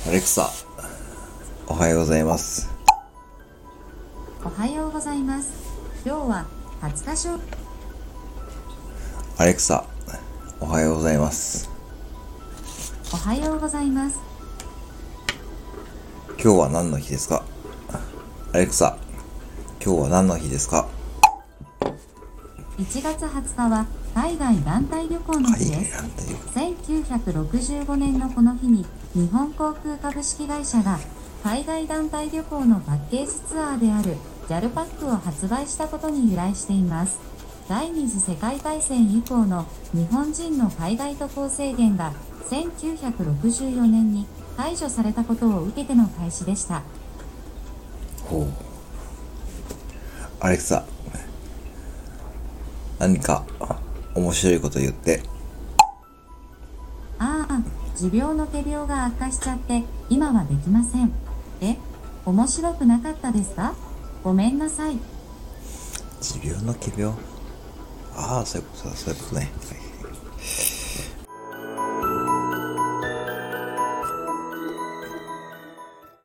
アレクサ、おはようございます。 おはようございます。今日は20日勝。 アレクサ、おはようございます。 おはようございます。 今日は何の日ですか？アレクサ、今日は何の日ですか 1月20日は海外団体旅行の日です。1965年のこの日に日本航空株式会社が海外団体旅行のパッケージツアーである JAL パックを発売したことに由来しています。第二次世界大戦以降の日本人の海外渡航制限が1964年に解除されたことを受けての開始でした。 ほう。アレクサ、何か面白いこと言って。 持病の仮病が悪化しちゃって今はできません。面白くなかったですか？ごめんなさい。 持病の仮病。そういうことね。はい。